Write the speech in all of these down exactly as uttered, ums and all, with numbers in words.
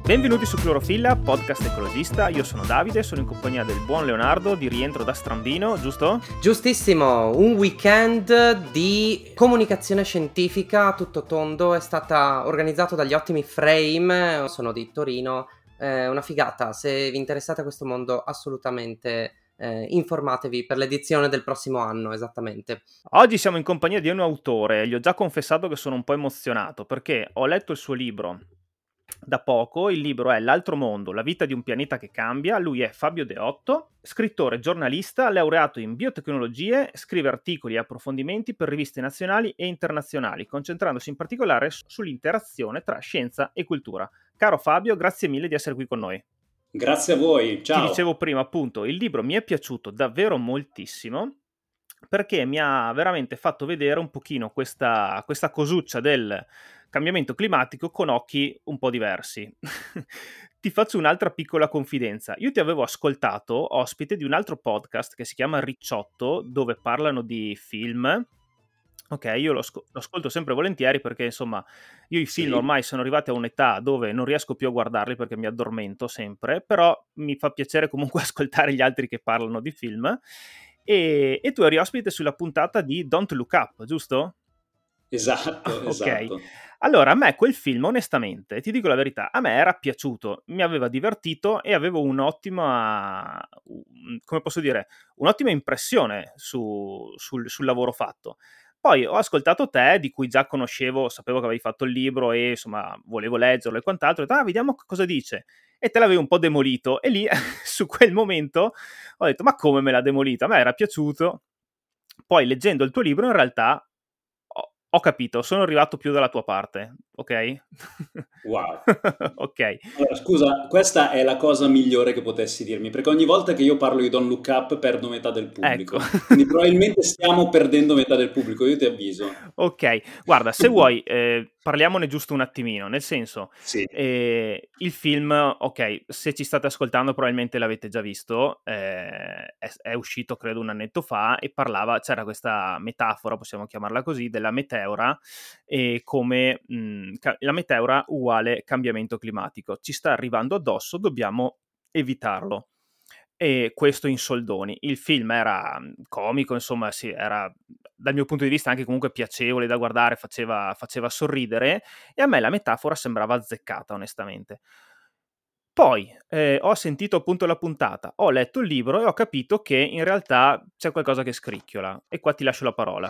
Benvenuti su Clorofilla, podcast ecologista. Io sono Davide, sono in compagnia del buon Leonardo di rientro da Strambino, giusto? Giustissimo, un weekend di comunicazione scientifica a tutto tondo, è stata organizzato dagli ottimi Frame, sono di Torino, è una figata. Se vi interessate a questo mondo assolutamente eh, informatevi per l'edizione del prossimo anno, esattamente. Oggi siamo in compagnia di un autore, gli ho già confessato che sono un po' emozionato perché ho letto il suo libro da poco. Il libro è L'altro mondo, la vita di un pianeta che cambia. Lui è Fabio Deotto, scrittore, giornalista, laureato in biotecnologie, scrive articoli e approfondimenti per riviste nazionali e internazionali, concentrandosi in particolare sull'interazione tra scienza e cultura. Caro Fabio, grazie mille di essere qui con noi. Grazie a voi, ciao. Ti dicevo prima, appunto, il libro mi è piaciuto davvero moltissimo perché mi ha veramente fatto vedere un pochino questa, questa cosuccia del cambiamento climatico con occhi un po' diversi. Ti faccio un'altra piccola confidenza. Io ti avevo ascoltato ospite di un altro podcast che si chiama Ricciotto, dove parlano di film. Ok, io lo, sc- lo ascolto sempre volentieri perché insomma io i film Sì. ormai sono arrivati a un'età dove non riesco più a guardarli perché mi addormento sempre, però mi fa piacere comunque ascoltare gli altri che parlano di film. E, e tu eri ospite sulla puntata di Don't Look Up, giusto? Esatto, Ok, esatto. allora a me quel film onestamente, ti dico la verità, a me era piaciuto, mi aveva divertito e avevo un'ottima, un- come posso dire, un'ottima impressione su- sul, sul lavoro fatto. Poi ho ascoltato te, di cui già conoscevo, sapevo che avevi fatto il libro e insomma volevo leggerlo e quant'altro, ho detto, ah, vediamo cosa dice. E te l'avevi un po' demolito e lì su quel momento ho detto, ma come me l'ha demolito? A me era piaciuto. Poi leggendo il tuo libro in realtà ho, ho capito, sono arrivato più dalla tua parte, ok? Wow. Ok. Allora, scusa, questa è la cosa migliore che potessi dirmi, perché ogni volta che io parlo di Don't Look Up perdo metà del Ecco. pubblico. Quindi probabilmente stiamo perdendo metà del pubblico, io ti avviso. Ok, guarda, se vuoi eh, parliamone giusto un attimino, nel senso, Sì, eh, il film, ok, se ci state ascoltando probabilmente l'avete già visto, eh, è, è uscito credo un annetto fa e parlava, c'era questa metafora, possiamo chiamarla così, della meteora e come mh, ca- la meteora uguale cambiamento climatico, ci sta arrivando addosso, dobbiamo evitarlo. E questo in soldoni. Il film era mh, comico, insomma, sì, era dal mio punto di vista anche comunque piacevole da guardare, faceva, faceva sorridere e a me la metafora sembrava azzeccata, onestamente. Poi eh, ho sentito appunto la puntata, ho letto il libro e ho capito che in realtà c'è qualcosa che scricchiola e qua ti lascio la parola.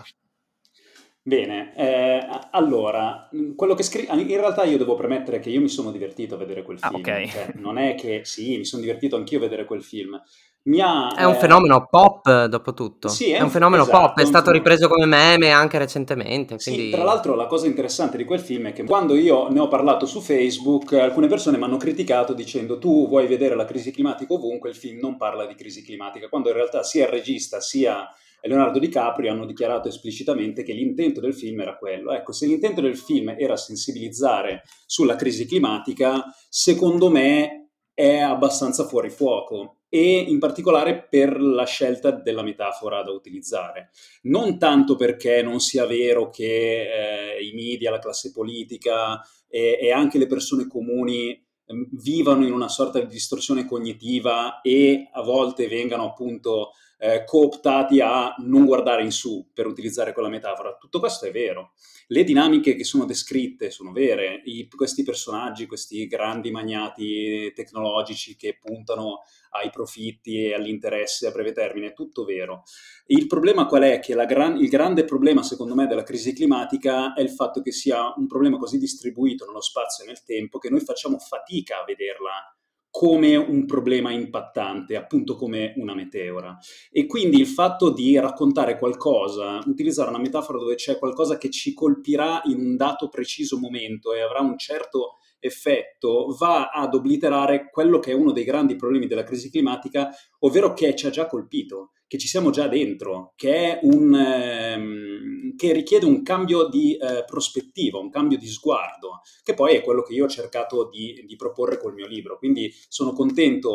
bene. Eh, a- allora, mh, quello che scri- in realtà io devo premettere che io mi sono divertito a vedere quel Ah, ok. film, cioè non è che sì, mi sono divertito anch'io a vedere quel film. Mi ha, È un eh, fenomeno pop, dopo tutto. sì, è È un, un f- fenomeno pop, esatto, è è un stato fenomeno. ripreso come meme anche recentemente, Sì, tra quindi... l'altro la cosa interessante di quel film è che quando io ne ho parlato su Facebook, alcune persone mi hanno criticato dicendo tu vuoi vedere la crisi climatica ovunque, il film non parla di crisi climatica, quando in realtà sia il regista sia Leonardo DiCaprio hanno dichiarato esplicitamente che l'intento del film era quello. Ecco, se l'intento del film era sensibilizzare sulla crisi climatica, secondo me è abbastanza fuori fuoco e in particolare per la scelta della metafora da utilizzare. Non tanto perché non sia vero che eh, i media, la classe politica e, e anche le persone comuni ehm, vivano in una sorta di distorsione cognitiva e a volte vengano appunto eh, cooptati a non guardare in su, per utilizzare quella metafora. Tutto questo è vero. Le dinamiche che sono descritte sono vere. I, questi personaggi, questi grandi magnati tecnologici che puntano ai profitti e all'interesse a breve termine, è tutto vero. Il problema qual è? Che la gran- il grande problema, secondo me, della crisi climatica è il fatto che sia un problema così distribuito nello spazio e nel tempo che noi facciamo fatica a vederla come un problema impattante, appunto come una meteora. E quindi il fatto di raccontare qualcosa, utilizzare una metafora dove c'è qualcosa che ci colpirà in un dato preciso momento e avrà un certo effetto, va ad obliterare quello che è uno dei grandi problemi della crisi climatica, ovvero che ci ha già colpito, che ci siamo già dentro, che, è un, ehm, che richiede un cambio di eh, prospettiva, un cambio di sguardo, che poi è quello che io ho cercato di, di proporre col mio libro. Quindi sono contento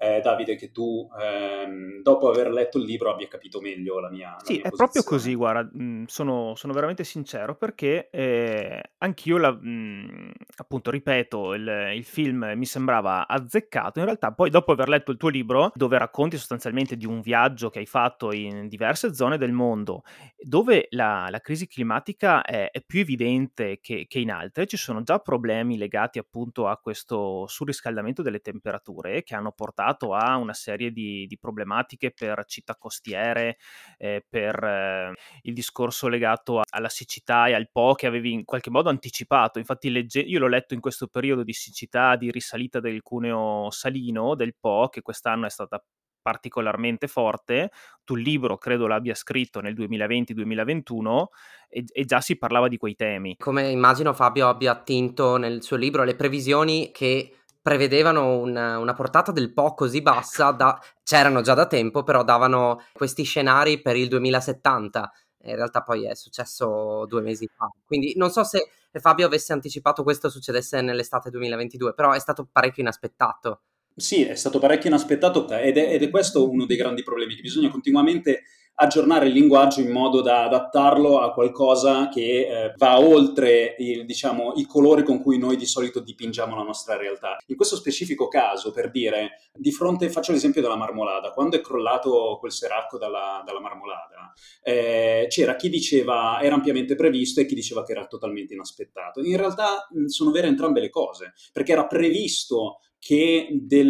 eh, Davide, che tu, ehm, dopo aver letto il libro, abbia capito meglio la mia, la Sì, mia è proprio così, posizione. guarda, mhmm, sono sono veramente sincero perché, ehm, anch'io la mhmm, appunto ripeto, il il film mi sembrava azzeccato. In realtà poi dopo aver letto il tuo libro, dove racconti sostanzialmente di un viaggio che hai fatto in diverse zone del mondo, dove la la crisi climatica è è più evidente che che in altre, ci sono già problemi legati appunto a questo surriscaldamento delle temperature, che hanno portato a una serie di di problematiche per città costiere, ehm, per eh, il discorso legato a alla siccità e al Po che avevi in qualche modo anticipato. Infatti legge io l'ho letto in questo periodo di siccità, di risalita del cuneo salino del Po, che quest'anno è stata particolarmente forte. Tu il libro credo l'abbia scritto nel duemilaventi duemilaventuno e e già si parlava di quei temi. Come immagino Fabio abbia attinto nel suo libro le previsioni che prevedevano un una portata del Po così bassa da c'erano già da tempo, però davano questi scenari per il duemilasettanta. E in realtà poi è successo due mesi fa. Quindi non so se Fabio avesse anticipato questo succedesse nell'estate duemilaventidue, però è stato parecchio inaspettato. Sì, è stato parecchio inaspettato ed è, ed è questo uno dei grandi problemi, che bisogna continuamente aggiornare il linguaggio in modo da adattarlo a qualcosa che eh, va oltre il, diciamo, i colori con cui noi di solito dipingiamo la nostra realtà. In questo specifico caso, per dire, di fronte, faccio l'esempio della marmolada, quando è crollato quel seracco dalla, dalla marmolada, eh, c'era chi diceva era ampiamente previsto e chi diceva che era totalmente inaspettato. In realtà mh, sono vere entrambe le cose, perché era previsto che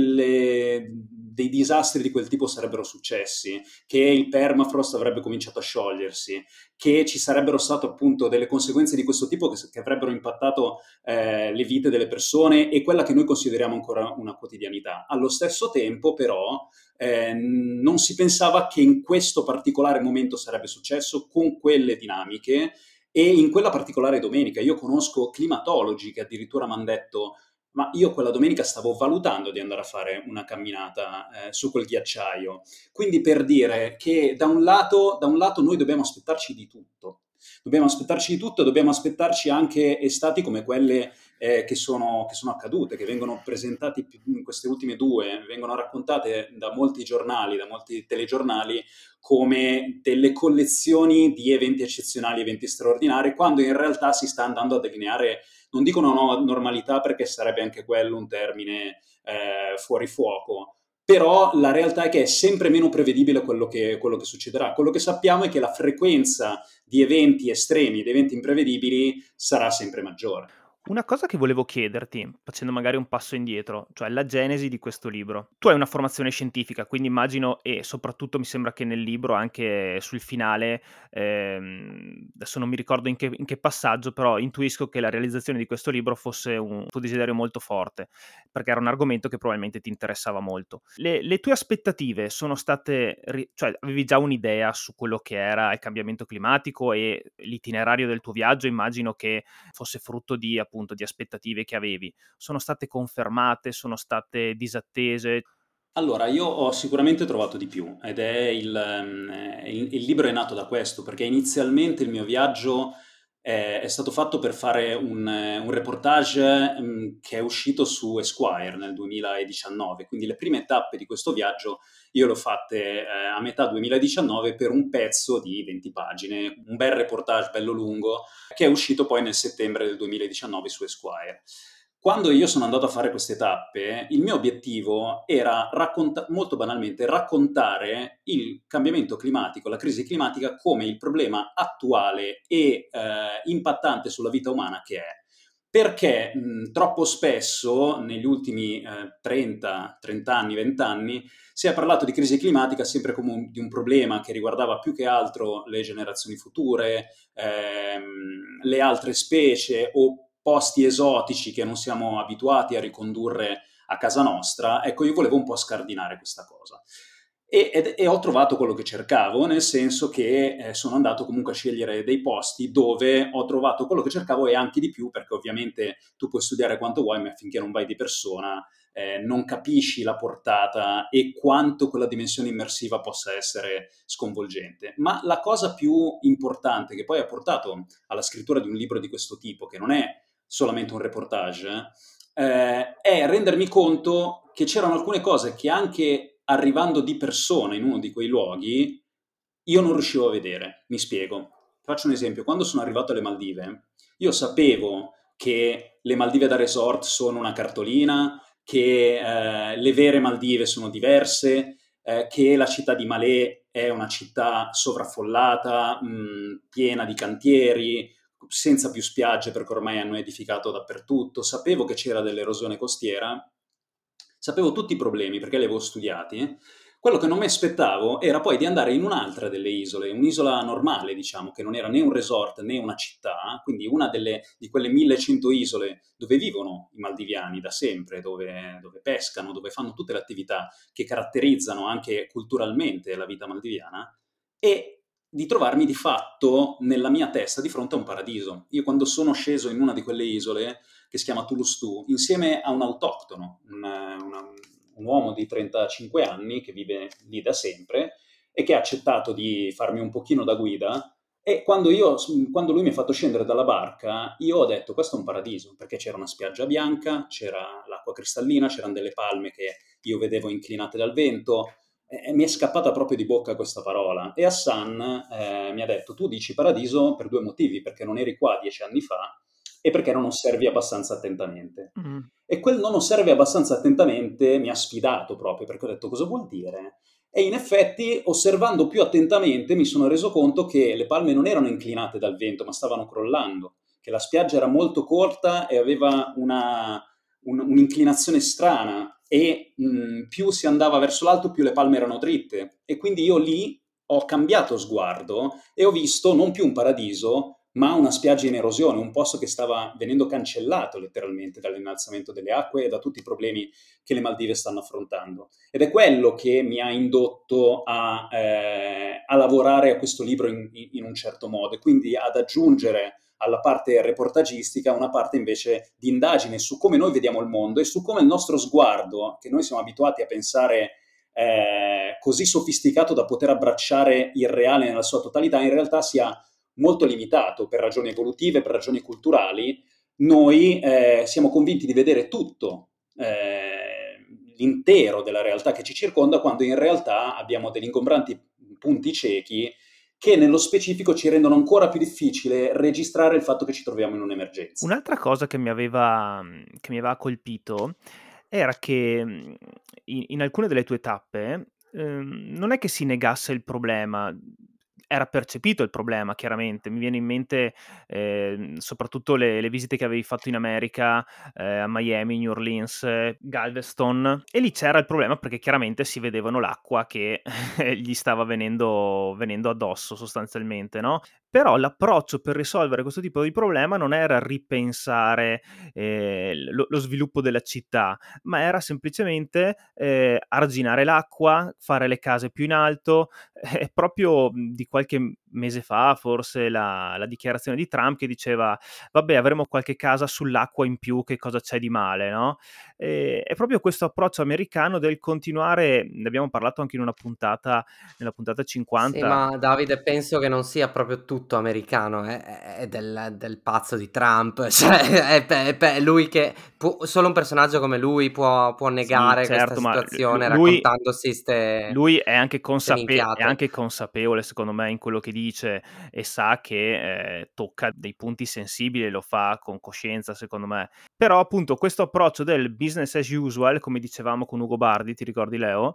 delle, dei disastri di quel tipo sarebbero successi, che il permafrost avrebbe cominciato a sciogliersi, che ci sarebbero state appunto delle conseguenze di questo tipo che, che avrebbero impattato eh, le vite delle persone e quella che noi consideriamo ancora una quotidianità. Allo stesso tempo, però, eh, non si pensava che in questo particolare momento sarebbe successo con quelle dinamiche e in quella particolare domenica. Io conosco climatologi che addirittura mi hanno detto ma io quella domenica stavo valutando di andare a fare una camminata eh, su quel ghiacciaio. Quindi per dire che da un lato, da un lato noi dobbiamo aspettarci di tutto. Dobbiamo aspettarci di tutto, dobbiamo aspettarci anche estati come quelle eh, che, sono, che sono accadute, che vengono presentate in queste ultime due, vengono raccontate da molti giornali, da molti telegiornali, come delle collezioni di eventi eccezionali, eventi straordinari, quando in realtà si sta andando a delineare non dico una nuova normalità perché sarebbe anche quello un termine eh, fuori fuoco, però la realtà è che è sempre meno prevedibile quello che, quello che succederà. Quello che sappiamo è che la frequenza di eventi estremi, di eventi imprevedibili, sarà sempre maggiore. Una cosa che volevo chiederti, facendo magari un passo indietro, cioè la genesi di questo libro. Tu hai una formazione scientifica, quindi immagino e soprattutto mi sembra che nel libro, anche sul finale, ehm, adesso non mi ricordo in che in che passaggio, però intuisco che la realizzazione di questo libro fosse un tuo desiderio molto forte, perché era un argomento che probabilmente ti interessava molto. Le le tue aspettative sono state ri cioè avevi già un'idea su quello che era il cambiamento climatico e l'itinerario del tuo viaggio, immagino che fosse frutto di appunto di aspettative che avevi. Sono state confermate, sono state disattese? Allora, io ho sicuramente trovato di più ed è il, ehm, il, il libro è nato da questo, perché inizialmente il mio viaggio è, è stato fatto per fare un, eh, un reportage mm, che è uscito su Esquire nel duemiladiciannove, quindi le prime tappe di questo viaggio io le ho fatte eh, a metà duemiladiciannove per un pezzo di venti pagine, un bel reportage bello lungo, che è uscito poi nel settembre del duemiladiciannove su Esquire. Quando io sono andato a fare queste tappe, il mio obiettivo era racconta- molto banalmente raccontare il cambiamento climatico, la crisi climatica come il problema attuale e eh, impattante sulla vita umana che è. Perché mh, troppo spesso negli ultimi eh, trenta, trenta anni, venti anni si è parlato di crisi climatica sempre come un, di un problema che riguardava più che altro le generazioni future, ehm, le altre specie o posti esotici che non siamo abituati a ricondurre a casa nostra. Ecco, io volevo un po' scardinare questa cosa. E, ed- e ho trovato quello che cercavo, nel senso che eh, sono andato comunque a scegliere dei posti dove ho trovato quello che cercavo e anche di più, perché ovviamente tu puoi studiare quanto vuoi, ma finché non vai di persona eh, non capisci la portata e quanto quella dimensione immersiva possa essere sconvolgente. Ma la cosa più importante che poi ha portato alla scrittura di un libro di questo tipo, che non è solamente un reportage, eh, è rendermi conto che c'erano alcune cose che anche arrivando di persona in uno di quei luoghi io non riuscivo a vedere. Mi spiego. Faccio un esempio. Quando sono arrivato alle Maldive, io sapevo che le Maldive da resort sono una cartolina, che eh, le vere Maldive sono diverse, eh, che la città di Malé è una città sovraffollata, mh, piena di cantieri, senza più spiagge perché ormai hanno edificato dappertutto. Sapevo che c'era dell'erosione costiera, sapevo tutti i problemi perché li avevo studiati. Quello che non mi aspettavo era poi di andare in un'altra delle isole, un'isola normale, diciamo, che non era né un resort né una città, quindi una delle, di quelle millecento isole dove vivono i maldiviani da sempre, dove, dove pescano, dove fanno tutte le attività che caratterizzano anche culturalmente la vita maldiviana, e di trovarmi di fatto nella mia testa di fronte a un paradiso. Io quando sono sceso in una di quelle isole, che si chiama Toulouse, insieme a un autoctono, un, una, un uomo di trentacinque anni che vive lì da sempre e che ha accettato di farmi un pochino da guida. E quando, io, quando lui mi ha fatto scendere dalla barca, io ho detto questo è un paradiso, perché c'era una spiaggia bianca, c'era l'acqua cristallina, c'erano delle palme che io vedevo inclinate dal vento, e mi è scappata proprio di bocca questa parola. E Hassan eh, mi ha detto tu dici paradiso per due motivi, perché non eri qua dieci anni fa e perché non osservi abbastanza attentamente. Mm. E quel non osservi abbastanza attentamente mi ha sfidato proprio, perché ho detto cosa vuol dire? E in effetti, osservando più attentamente, mi sono reso conto che le palme non erano inclinate dal vento, ma stavano crollando, che la spiaggia era molto corta e aveva una, un, un'inclinazione strana, e mh, più si andava verso l'alto, più le palme erano dritte. E quindi io lì ho cambiato sguardo e ho visto non più un paradiso, ma una spiaggia in erosione, un posto che stava venendo cancellato letteralmente dall'innalzamento delle acque e da tutti i problemi che le Maldive stanno affrontando. Ed è quello che mi ha indotto a, eh, a lavorare a questo libro in, in un certo modo, e quindi ad aggiungere alla parte reportagistica una parte invece di indagine su come noi vediamo il mondo e su come il nostro sguardo, che noi siamo abituati a pensare eh, così sofisticato da poter abbracciare il reale nella sua totalità, in realtà sia molto limitato per ragioni evolutive, per ragioni culturali. Noi eh, siamo convinti di vedere tutto, eh, l'intero della realtà che ci circonda, quando in realtà abbiamo degli ingombranti punti ciechi che nello specifico ci rendono ancora più difficile registrare il fatto che ci troviamo in un'emergenza. Un'altra cosa che mi aveva, che mi aveva colpito era che mh, in, in alcune delle tue tappe ehm, non è che si negasse il problema, era percepito il problema, chiaramente. Mi viene in mente eh, soprattutto le, le visite che avevi fatto in America, eh, a Miami, New Orleans, eh, Galveston, e lì c'era il problema perché chiaramente si vedevano l'acqua che gli stava venendo, venendo addosso sostanzialmente, no? Però l'approccio per risolvere questo tipo di problema non era ripensare eh, lo, lo sviluppo della città, ma era semplicemente eh, arginare l'acqua, fare le case più in alto. È proprio di qualche mese fa forse la, la dichiarazione di Trump che diceva vabbè, avremo qualche casa sull'acqua in più, che cosa c'è di male, no? E, è proprio questo approccio americano del continuare, ne abbiamo parlato anche in una puntata, nella puntata Sì, cinquanta. ma Davide, penso che non sia proprio tutto americano, è, è del, del pazzo di Trump, cioè è, è- è lui che, può- solo un personaggio come lui può, può Sì, negare questa certo, ma lu- situazione lui, raccontandosi ste, lui è anche, ste consape- è minchiate. anche consapevole, secondo me, in quello che dice, e sa che eh, tocca dei punti sensibili, lo fa con coscienza, secondo me. Però, appunto, questo approccio del business as usual, come dicevamo con Ugo Bardi, ti ricordi, Leo?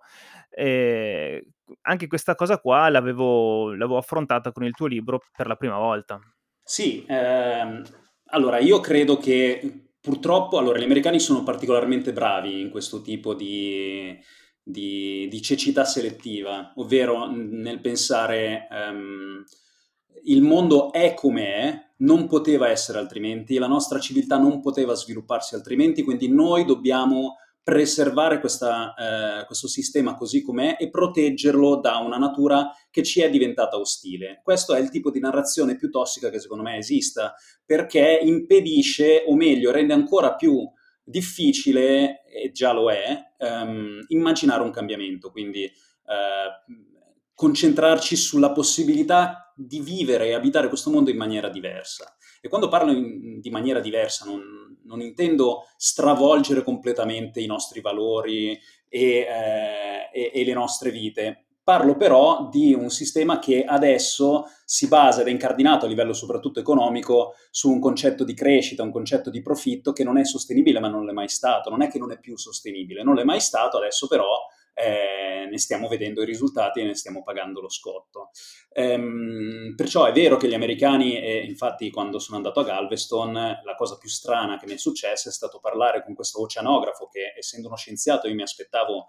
Eh, anche questa cosa qua l'avevo, l'avevo affrontata con il tuo libro per la prima volta. Sì, ehm, allora io credo che purtroppo, allora, gli americani sono particolarmente bravi in questo tipo di, di- di cecità selettiva, ovvero n- nel pensare ehm, il mondo è com'è, non poteva essere altrimenti, la nostra civiltà non poteva svilupparsi altrimenti, quindi noi dobbiamo preservare questa, eh, questo sistema così com'è e proteggerlo da una natura che ci è diventata ostile. Questo è il tipo di narrazione più tossica che secondo me esista, perché impedisce, o meglio, rende ancora più difficile, e già lo è, ehm, immaginare un cambiamento. Quindi eh, concentrarci sulla possibilità di vivere e abitare questo mondo in maniera diversa. E quando parlo in, di maniera diversa non, non intendo stravolgere completamente i nostri valori e, eh, e, e le nostre vite. Parlo però di un sistema che adesso si basa ed è incardinato a livello soprattutto economico su un concetto di crescita, un concetto di profitto che non è sostenibile, ma non l'è mai stato. Non è che non è più sostenibile, non l'è mai stato, adesso però eh, ne stiamo vedendo i risultati e ne stiamo pagando lo scotto. Ehm, perciò è vero che gli americani, e infatti quando sono andato a Galveston, la cosa più strana che mi è successa è stato parlare con questo oceanografo che, essendo uno scienziato, io mi aspettavo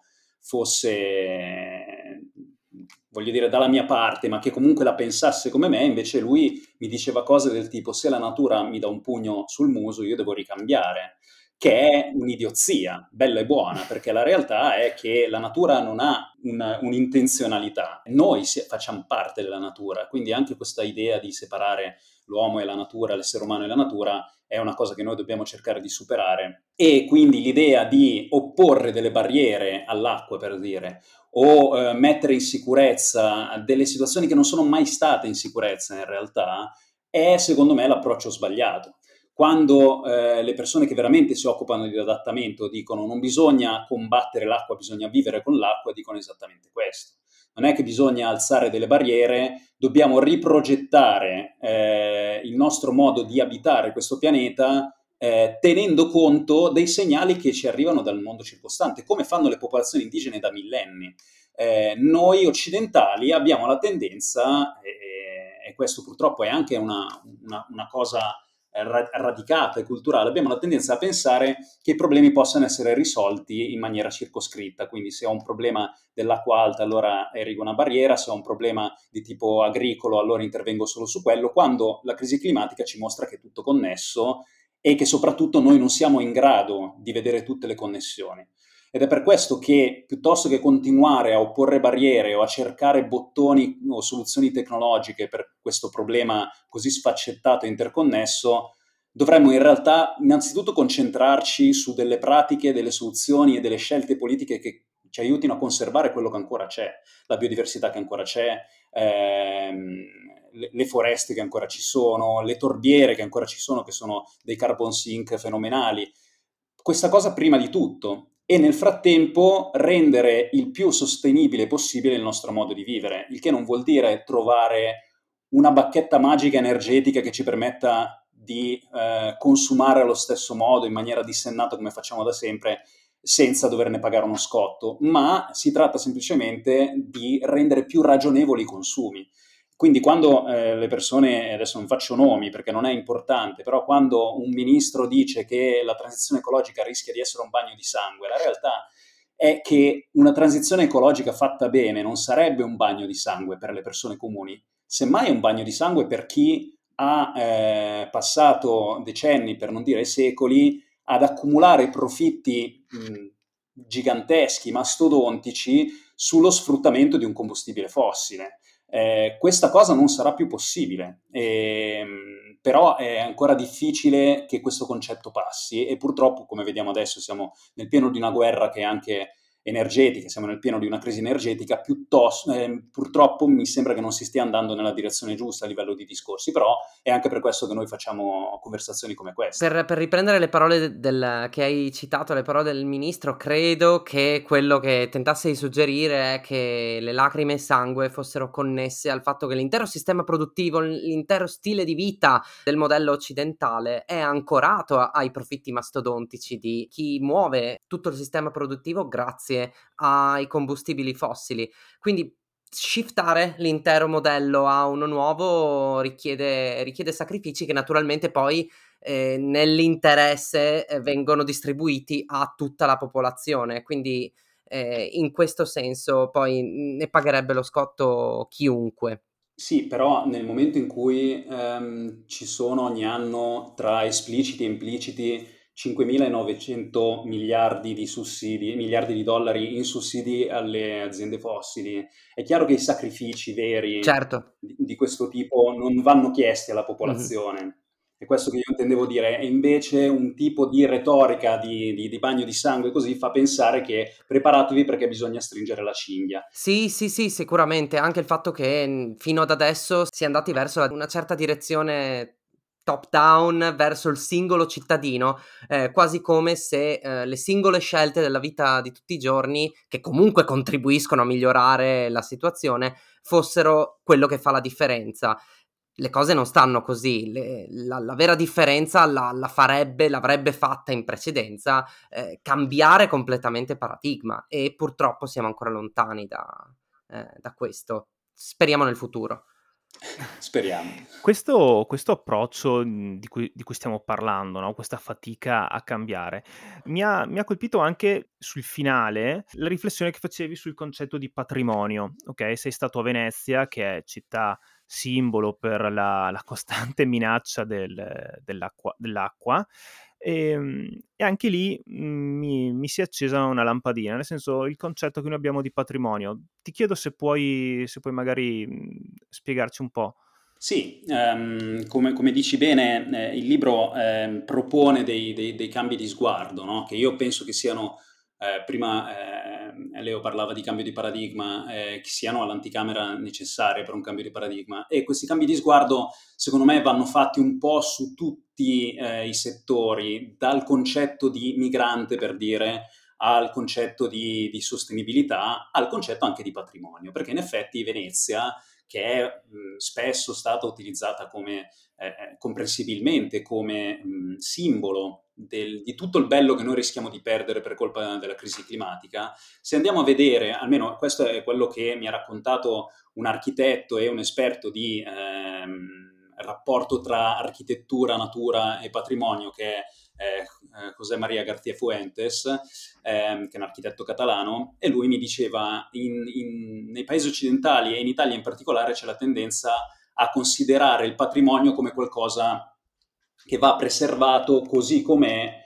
fosse, voglio dire, dalla mia parte, ma che comunque la pensasse come me. Invece lui mi diceva cose del tipo: se la natura mi dà un pugno sul muso, io devo ricambiare, che è un'idiozia, bella e buona, perché la realtà è che la natura non ha un, un'intenzionalità, noi si, facciamo parte della natura, quindi anche questa idea di separare l'uomo e la natura, l'essere umano e la natura, è una cosa che noi dobbiamo cercare di superare. E quindi l'idea di opporre delle barriere all'acqua, per dire, o eh, mettere in sicurezza delle situazioni che non sono mai state in sicurezza in realtà, è secondo me l'approccio sbagliato. Quando eh, le persone che veramente si occupano di adattamento dicono non bisogna combattere l'acqua, bisogna vivere con l'acqua, dicono esattamente questo. Non è che bisogna alzare delle barriere, dobbiamo riprogettare eh, il nostro modo di abitare questo pianeta eh, tenendo conto dei segnali che ci arrivano dal mondo circostante, come fanno le popolazioni indigene da millenni. Eh, noi occidentali abbiamo la tendenza, e, e questo purtroppo è anche una, una, una cosa radicata e culturale, abbiamo la tendenza a pensare che i problemi possano essere risolti in maniera circoscritta. Quindi se ho un problema dell'acqua alta, allora erigo una barriera; se ho un problema di tipo agricolo, allora intervengo solo su quello, quando la crisi climatica ci mostra che è tutto connesso e che soprattutto noi non siamo in grado di vedere tutte le connessioni. Ed è per questo che, piuttosto che continuare a opporre barriere o a cercare bottoni o soluzioni tecnologiche per questo problema così sfaccettato e interconnesso, dovremmo in realtà innanzitutto concentrarci su delle pratiche, delle soluzioni e delle scelte politiche che ci aiutino a conservare quello che ancora c'è, la biodiversità che ancora c'è, ehm, le, le foreste che ancora ci sono, le torbiere che ancora ci sono, che sono dei carbon sink fenomenali. Questa cosa prima di tutto. E nel frattempo rendere il più sostenibile possibile il nostro modo di vivere, il che non vuol dire trovare una bacchetta magica energetica che ci permetta di eh, consumare allo stesso modo, in maniera dissennata come facciamo da sempre, senza doverne pagare uno scotto, ma si tratta semplicemente di rendere più ragionevoli i consumi. Quindi quando eh, le persone, adesso non faccio nomi perché non è importante, però quando un ministro dice che la transizione ecologica rischia di essere un bagno di sangue, la realtà è che una transizione ecologica fatta bene non sarebbe un bagno di sangue per le persone comuni, semmai è un bagno di sangue per chi ha eh, passato decenni, per non dire secoli, ad accumulare profitti mh, giganteschi, mastodontici, sullo sfruttamento di un combustibile fossile. Eh, questa cosa non sarà più possibile, eh, però è ancora difficile che questo concetto passi e purtroppo, come vediamo adesso, siamo nel pieno di una guerra che è anche energetica, siamo nel pieno di una crisi energetica, piuttosto, eh, purtroppo mi sembra che non si stia andando nella direzione giusta a livello di discorsi, però è anche per questo che noi facciamo conversazioni come queste. Per, per riprendere le parole del, che hai citato, le parole del ministro, credo che quello che tentasse di suggerire è che le lacrime e sangue fossero connesse al fatto che l'intero sistema produttivo, l'intero stile di vita del modello occidentale è ancorato a, ai profitti mastodontici di chi muove tutto il sistema produttivo grazie ai combustibili fossili. Quindi shiftare l'intero modello a uno nuovo richiede, richiede sacrifici che naturalmente poi eh, nell'interesse eh, vengono distribuiti a tutta la popolazione, quindi eh, in questo senso poi ne pagherebbe lo scotto chiunque. Sì, però nel momento in cui ehm, ci sono ogni anno tra espliciti e impliciti cinquemilanovecento miliardi di sussidi, miliardi di dollari in sussidi alle aziende fossili, è chiaro che i sacrifici veri Certo. di, di questo tipo non vanno chiesti alla Mhm. popolazione. È questo che io intendevo dire, e invece un tipo di retorica di, di, di bagno di sangue così fa pensare che preparatevi perché bisogna stringere la cinghia. Sì, sì, sì, sicuramente. Anche il fatto che mh, fino ad adesso si è andati verso la- una certa direzione top down verso il singolo cittadino, eh, quasi come se eh, le singole scelte della vita di tutti i giorni, che comunque contribuiscono a migliorare la situazione, fossero quello che fa la differenza. Le cose non stanno così, le, la, la vera differenza la, la farebbe, l'avrebbe fatta in precedenza eh, cambiare completamente paradigma, e purtroppo siamo ancora lontani da, eh, da questo. Speriamo nel futuro. Speriamo. Questo, questo approccio mh, di cui, di cui stiamo parlando, no? Questa fatica a cambiare, mi ha, mi ha colpito anche sul finale la riflessione che facevi sul concetto di patrimonio. Ok, sei stato a Venezia, che è città simbolo per la, la costante minaccia del- dell'acqua, dell'acqua, e, e anche lì mh, mi, mi si è accesa una lampadina, nel senso, il concetto che noi abbiamo di patrimonio. Ti chiedo se puoi, se puoi magari mh, spiegarci un po'. Sì, ehm, come, come dici bene, eh, il libro ehm, propone dei, dei- dei cambi di sguardo, no? Che io penso che siano, eh, prima eh, Leo parlava di cambio di paradigma, eh, che siano all'anticamera necessarie per un cambio di paradigma. E questi cambi di sguardo, secondo me, vanno fatti un po' su tutti eh, i settori, dal concetto di migrante, per dire, al concetto di, di sostenibilità, al concetto anche di patrimonio, perché in effetti Venezia, che è mh, spesso stata utilizzata come, eh, comprensibilmente come mh, simbolo del- di tutto il bello che noi rischiamo di perdere per colpa della crisi climatica. Se andiamo a vedere, almeno questo è quello che mi ha raccontato un architetto e un esperto di ehm, rapporto tra architettura, natura e patrimonio, che è eh, eh, José María García Fuentes, ehm, che è un architetto catalano, e lui mi diceva in, in, nei paesi occidentali e in Italia in particolare c'è la tendenza a considerare il patrimonio come qualcosa che va preservato così com'è,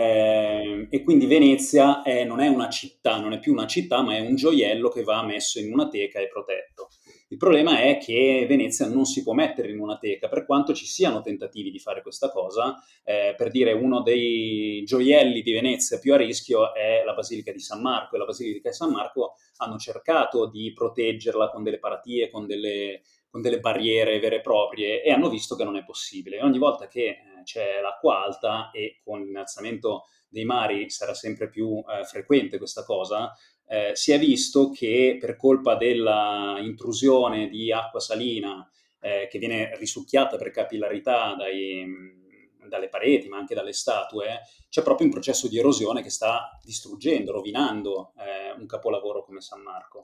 eh, e quindi Venezia è, non è una città, non è più una città, ma è un gioiello che va messo in una teca e protetto. Il problema è che Venezia non si può mettere in una teca, per quanto ci siano tentativi di fare questa cosa. Eh, per dire, uno dei gioielli di Venezia più a rischio è la Basilica di San Marco, e la Basilica di San Marco hanno cercato di proteggerla con delle paratie, con delle, con delle barriere vere e proprie, e hanno visto che non è possibile. E ogni volta che eh, c'è l'acqua alta, e con l'innalzamento dei mari sarà sempre più eh, frequente questa cosa, eh, si è visto che per colpa della intrusione di acqua salina eh, che viene risucchiata per capillarità dai, dalle pareti, ma anche dalle statue, c'è proprio un processo di erosione che sta distruggendo, rovinando eh, un capolavoro come San Marco.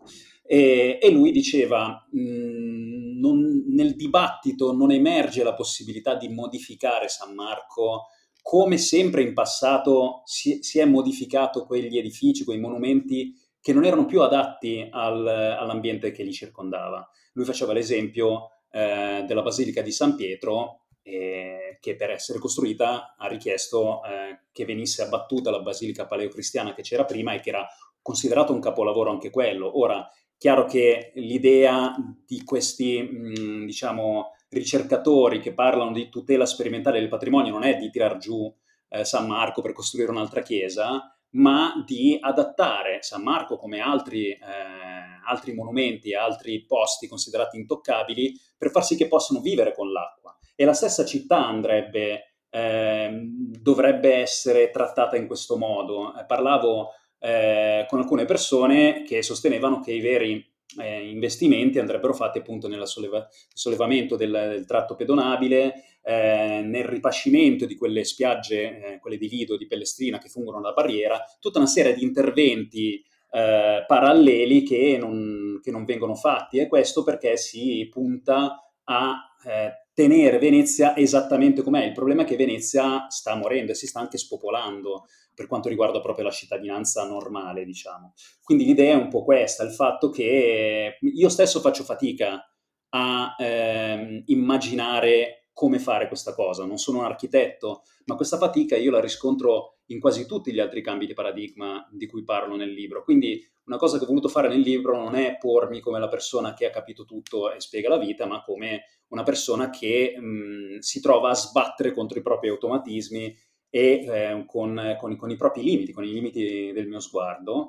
E, e lui diceva, mh, non, nel dibattito non emerge la possibilità di modificare San Marco, come sempre in passato si, si è modificato quegli edifici, quei monumenti che non erano più adatti al, all'ambiente che li circondava. Lui faceva l'esempio eh, della Basilica di San Pietro, eh, che per essere costruita ha richiesto eh, che venisse abbattuta la basilica paleocristiana che c'era prima, e che era considerato un capolavoro anche quello. Ora, chiaro che l'idea di questi, mh, diciamo, ricercatori che parlano di tutela sperimentale del patrimonio non è di tirar giù eh, San Marco per costruire un'altra chiesa, ma di adattare San Marco, come altri, eh, altri monumenti e altri posti considerati intoccabili, per far sì che possano vivere con l'acqua. E la stessa città andrebbe, eh, dovrebbe essere trattata in questo modo. Eh, parlavo eh, con alcune persone che sostenevano che i veri eh, investimenti andrebbero fatti appunto nel solleva- sollevamento del, del tratto pedonabile, eh, nel ripascimento di quelle spiagge, eh, quelle di Lido, di Pellestrina, che fungono da barriera, tutta una serie di interventi eh, paralleli che non, che non vengono fatti, e questo perché si punta a eh, tenere Venezia esattamente com'è. Il problema è che Venezia sta morendo e si sta anche spopolando per quanto riguarda proprio la cittadinanza normale, diciamo. Quindi l'idea è un po' questa, il fatto che io stesso faccio fatica a ehm, immaginare come fare questa cosa. Non sono un architetto, ma questa fatica io la riscontro in quasi tutti gli altri cambi di paradigma di cui parlo nel libro. Quindi una cosa che ho voluto fare nel libro non è pormi come la persona che ha capito tutto e spiega la vita, ma come una persona che mh, si trova a sbattere contro i propri automatismi e eh, con, con, con i propri limiti, con i limiti del mio sguardo.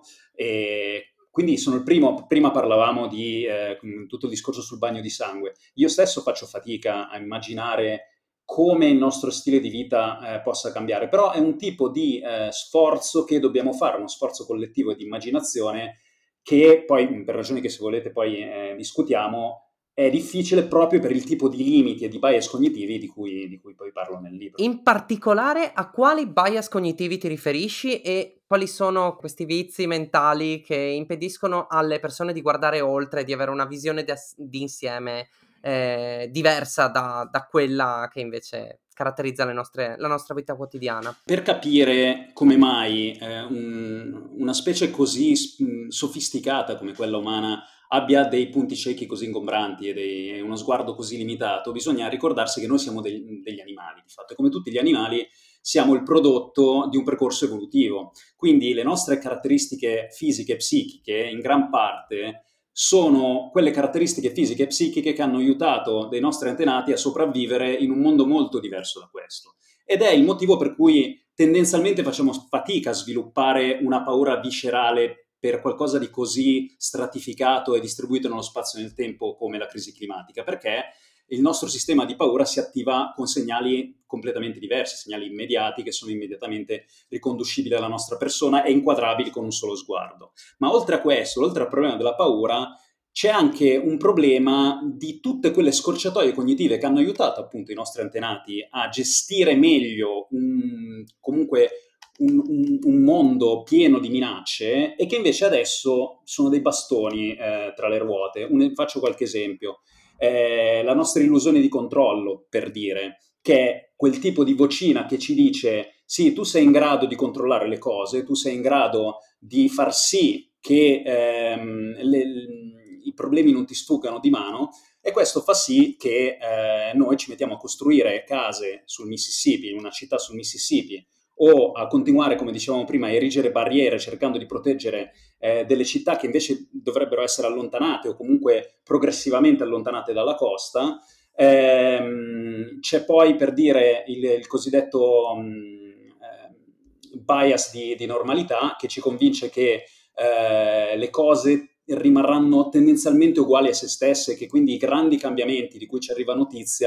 E quindi sono il primo, prima parlavamo di eh, tutto il discorso sul bagno di sangue. Io stesso faccio fatica a immaginare come il nostro stile di vita eh, possa cambiare, però è un tipo di eh, sforzo che dobbiamo fare, uno sforzo collettivo e di immaginazione che poi, per ragioni che se volete poi eh, discutiamo, è difficile proprio per il tipo di limiti e di bias cognitivi di cui, di cui poi parlo nel libro. In particolare a quali bias cognitivi ti riferisci e quali sono questi vizi mentali che impediscono alle persone di guardare oltre, di avere una visione des- di insieme eh, diversa da, da quella che invece caratterizza le nostre- la nostra vita quotidiana? Per capire come mai eh, un- una specie così s- mh, sofisticata come quella umana abbia dei punti ciechi così ingombranti e, dei- e uno sguardo così limitato, bisogna ricordarsi che noi siamo dei- degli animali, di fatto, e come tutti gli animali siamo il prodotto di un percorso evolutivo. Quindi le nostre caratteristiche fisiche e psichiche, in gran parte, sono quelle caratteristiche fisiche e psichiche che hanno aiutato dei nostri antenati a sopravvivere in un mondo molto diverso da questo. Ed è il motivo per cui tendenzialmente facciamo fatica a sviluppare una paura viscerale per qualcosa di così stratificato e distribuito nello spazio e nel tempo come la crisi climatica, perché il nostro sistema di paura si attiva con segnali completamente diversi, segnali immediati che sono immediatamente riconducibili alla nostra persona e inquadrabili con un solo sguardo. Ma oltre a questo, oltre al problema della paura, c'è anche un problema di tutte quelle scorciatoie cognitive che hanno aiutato appunto i nostri antenati a gestire meglio un, comunque un, un, un mondo pieno di minacce e che invece adesso sono dei bastoni eh, tra le ruote. Un, faccio qualche esempio. Eh, la nostra illusione di controllo, per dire, che è quel tipo di vocina che ci dice sì, tu sei in grado di controllare le cose, tu sei in grado di far sì che ehm, le, i problemi non ti sfuggano di mano e questo fa sì che eh, noi ci mettiamo a costruire case sul Mississippi, in una città sul Mississippi, o a continuare, come dicevamo prima, a erigere barriere cercando di proteggere eh, delle città che invece dovrebbero essere allontanate o comunque progressivamente allontanate dalla costa. Ehm, c'è poi, per dire, il, il cosiddetto mh, eh, bias di, di normalità che ci convince che eh, le cose rimarranno tendenzialmente uguali a se stesse, che quindi i grandi cambiamenti di cui ci arriva notizia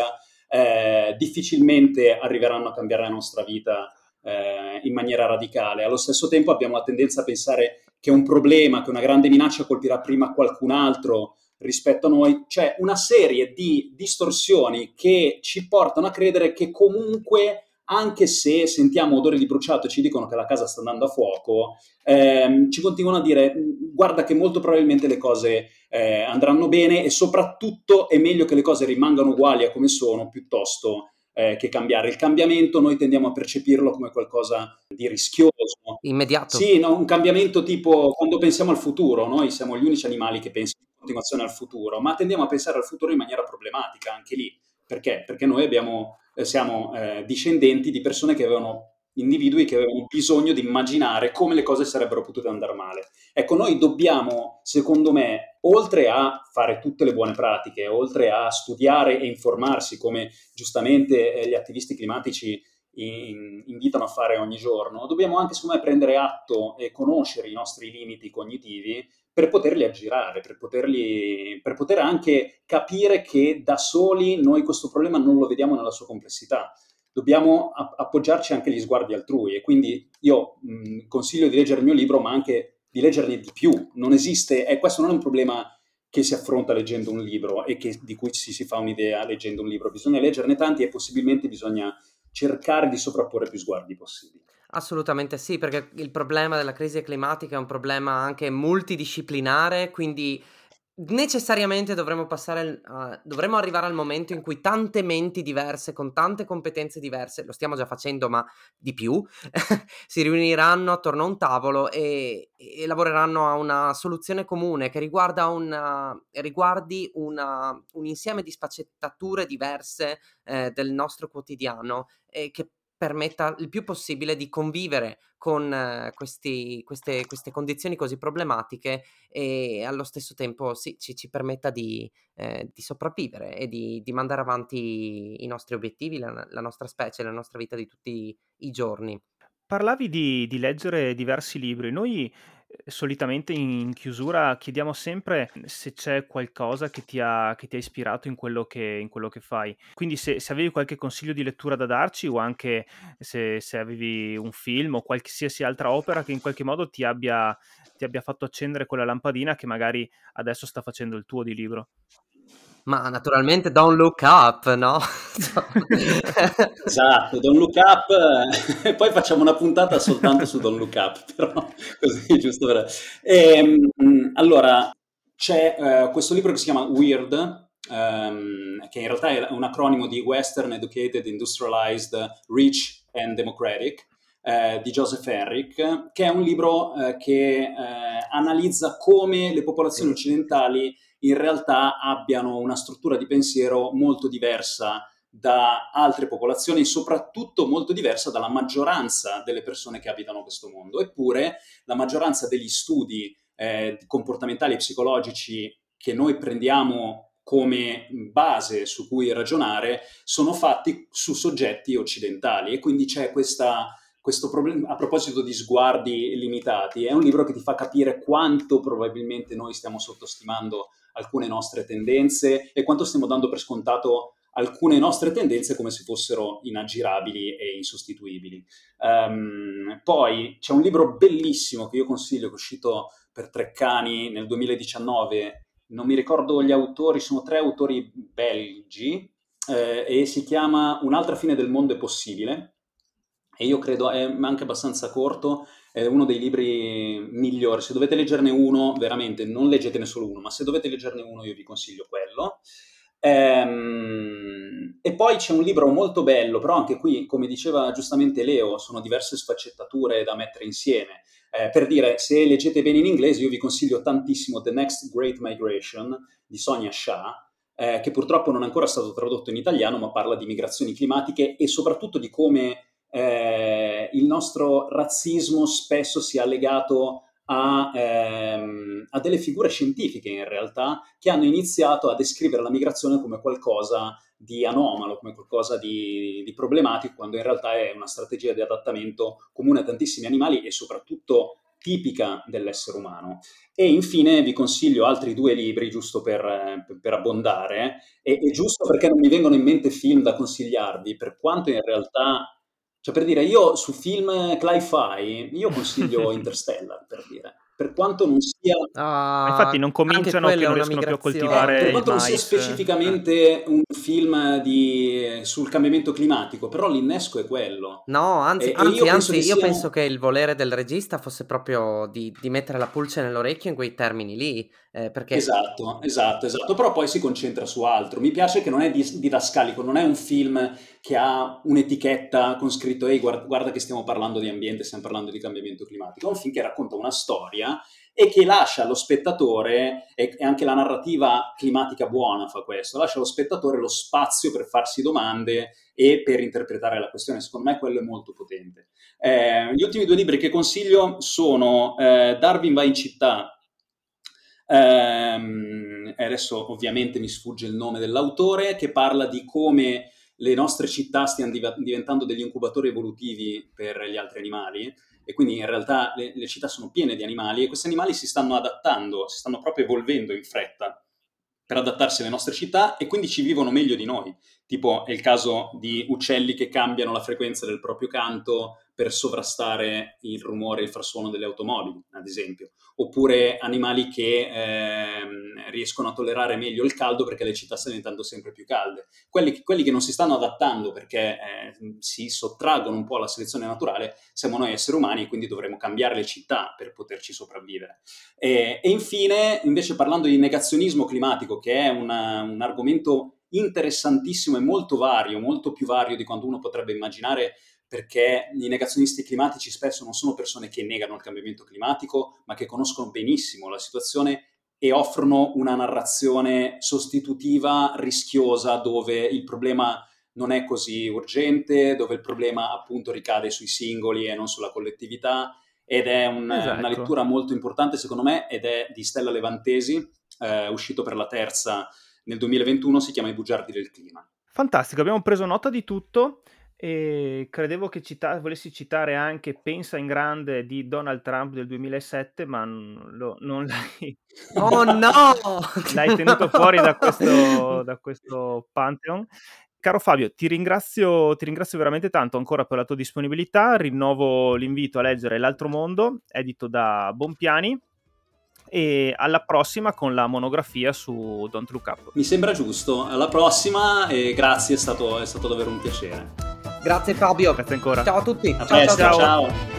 eh, difficilmente arriveranno a cambiare la nostra vita eh, in maniera radicale. Allo stesso tempo abbiamo la tendenza a pensare che un problema, che una grande minaccia colpirà prima qualcun altro rispetto a noi, c'è una serie di distorsioni che ci portano a credere che comunque, anche se sentiamo odori di bruciato e ci dicono che la casa sta andando a fuoco, ehm, ci continuano a dire guarda che molto probabilmente le cose eh, andranno bene e soprattutto è meglio che le cose rimangano uguali a come sono piuttosto eh, che cambiare. Il cambiamento noi tendiamo a percepirlo come qualcosa di rischioso. Immediato. Sì, no, un cambiamento tipo quando pensiamo al futuro, noi siamo gli unici animali che pensano in continuazione al futuro, ma tendiamo a pensare al futuro in maniera problematica anche lì. Perché? Perché noi abbiamo, eh, siamo eh, discendenti di persone che avevano, individui che avevano bisogno di immaginare come le cose sarebbero potute andare male. Ecco, noi dobbiamo, secondo me, oltre a fare tutte le buone pratiche, oltre a studiare e informarsi, come giustamente eh, gli attivisti climatici in, invitano a fare ogni giorno, dobbiamo anche, secondo me, prendere atto e conoscere i nostri limiti cognitivi per poterli aggirare, per, poterli, per poter anche capire che da soli noi questo problema non lo vediamo nella sua complessità. Dobbiamo appoggiarci anche agli sguardi altrui e quindi io mh, consiglio di leggere il mio libro, ma anche di leggerne di più. Non esiste, e questo non è un problema che si affronta leggendo un libro e che, di cui ci si fa un'idea leggendo un libro. Bisogna leggerne tanti e possibilmente bisogna cercare di sovrapporre più sguardi possibili. Assolutamente sì, perché il problema della crisi climatica è un problema anche multidisciplinare, quindi necessariamente dovremo passare al a dovremo arrivare al momento in cui tante menti diverse, con tante competenze diverse, lo stiamo già facendo ma di più, si riuniranno attorno a un tavolo e e lavoreranno a una soluzione comune che riguarda una riguardi una un insieme di sfaccettature diverse, ehm, del nostro quotidiano e che permetta il più possibile di convivere con eh, questi queste queste condizioni così problematiche e allo stesso tempo sì, ci ci permetta di ehm, di sopravvivere e di di mandare avanti i nostri obiettivi, la la nostra specie, la nostra vita di tutti i giorni. Parlavi di di leggere diversi libri. Noi, solitamente in chiusura chiediamo sempre se c'è qualcosa che ti ha che ti ha ispirato in quello che in quello che fai. Quindi se se avevi qualche consiglio di lettura da darci o anche se se avevi un film o qualsiasi altra opera che in qualche modo ti abbia ti abbia fatto accendere quella lampadina che magari adesso sta facendo il tuo di libro. Ma naturalmente Don't Look Up, no? Esatto, Don't Look Up, e poi facciamo una puntata soltanto su Don't Look Up, però così giusto per... Ehm, allora, c'è eh, questo libro che si chiama Weird, ehm, che in realtà è un acronimo di Western Educated, Industrialized, Rich and Democratic, eh, di Joseph Henrich, che è un libro eh, che eh, analizza come le popolazioni Sì, sì, sì. occidentali in realtà abbiano una struttura di pensiero molto diversa da altre popolazioni e soprattutto molto diversa dalla maggioranza delle persone che abitano questo mondo. Eppure la maggioranza degli studi eh, comportamentali e psicologici che noi prendiamo come base su cui ragionare sono fatti su soggetti occidentali e quindi c'è questa, questo problema. A proposito di sguardi limitati, è un libro che ti fa capire quanto probabilmente noi stiamo sottostimando alcune nostre tendenze e quanto stiamo dando per scontato alcune nostre tendenze come se fossero inaggirabili e insostituibili. Um, poi c'è un libro bellissimo che io consiglio, che è uscito per Treccani nel duemiladiciannove, non mi ricordo gli autori, sono tre autori belgi, eh, e si chiama Un'altra fine del mondo è possibile, e io credo è anche abbastanza corto, è uno dei libri migliori. Se dovete leggerne uno, veramente, non leggetene solo uno, ma se dovete leggerne uno io vi consiglio quello. Ehm, e poi c'è un libro molto bello, però anche qui, come diceva giustamente Leo, sono diverse sfaccettature da mettere insieme. Eh, per dire, se leggete bene in inglese, io vi consiglio tantissimo The Next Great Migration di Sonia Shah, eh, che purtroppo non è ancora stato tradotto in italiano, ma parla di migrazioni climatiche e soprattutto di come eh, il nostro razzismo spesso sia legato a, ehm, a delle figure scientifiche in realtà che hanno iniziato a descrivere la migrazione come qualcosa di anomalo, come qualcosa di, di problematico, quando in realtà è una strategia di adattamento comune a tantissimi animali e soprattutto tipica dell'essere umano. E infine vi consiglio altri due libri, giusto per, per abbondare, e, e giusto perché non mi vengono in mente film da consigliarvi, per quanto in realtà, cioè per dire, io su film Cli-Fi, io consiglio Interstellar, per dire, per quanto non sia... Ma infatti Ah, non anche cominciano che quella è non una riescono più a Eh, per coltivare il migrazione. quanto non sia mais. Eh. specificamente un film di- sul cambiamento climatico, però l'innesco è quello. No, anzi, E, e io anzi, penso anzi, che io penso siano... che il volere del regista fosse proprio di, di mettere la pulce nell'orecchio in quei termini lì, eh, perché Esatto, esatto, esatto, però poi si concentra su altro. Mi piace che non è dis- didascalico, non è un film che ha un'etichetta con scritto ehi, guarda, guarda che stiamo parlando di ambiente, stiamo parlando di cambiamento climatico, è un film che racconta una storia e che lascia allo spettatore, e e anche la narrativa climatica buona fa questo, lascia allo spettatore lo spazio per farsi domande e per interpretare la questione. Secondo me quello è molto potente. Eh, gli ultimi due libri che consiglio sono eh, Darwin va in città. Ehm, e adesso ovviamente mi sfugge il nome dell'autore, che parla di come le nostre città stiano div- diventando degli incubatori evolutivi per gli altri animali e quindi in realtà le, le città sono piene di animali e questi animali si stanno adattando, si stanno proprio evolvendo in fretta per adattarsi alle nostre città e quindi ci vivono meglio di noi. Tipo è il caso di uccelli che cambiano la frequenza del proprio canto per sovrastare il rumore e il frastuono delle automobili, ad esempio, oppure animali che ehm, riescono a tollerare meglio il caldo perché le città stanno diventando sempre più calde. Quelli, quelli che non si stanno adattando perché eh, si sottraggono un po' alla selezione naturale siamo noi esseri umani e quindi dovremo cambiare le città per poterci sopravvivere. E, e infine, invece parlando di negazionismo climatico, che è una, un argomento interessantissimo e molto vario, molto più vario di quanto uno potrebbe immaginare, perché i negazionisti climatici spesso non sono persone che negano il cambiamento climatico, ma che conoscono benissimo la situazione e offrono una narrazione sostitutiva, rischiosa, dove il problema non è così urgente, dove il problema appunto ricade sui singoli e non sulla collettività, ed è un- una Esatto. lettura molto importante secondo me, ed è di Stella Levantesi, eh, uscito per la terza nel duemilaventuno, si chiama I bugiardi del clima. Fantastico, abbiamo preso nota di tutto. E credevo che cita- volessi citare anche Pensa in grande di Donald Trump del duemilasette, ma n- lo- non l'hai, Oh no! l'hai tenuto fuori da questo, da questo Pantheon. Caro Fabio, ti ringrazio, ti ringrazio veramente tanto ancora per la tua disponibilità. Rinnovo l'invito a leggere L'altro mondo, edito da Bompiani, e alla prossima con la monografia su Don't Look Up. Mi sembra giusto. Alla prossima e grazie, è stato, è stato davvero un piacere. Grazie Fabio. Grazie ancora. Ciao a tutti. A Ciao, presto, ciao, ciao. ciao.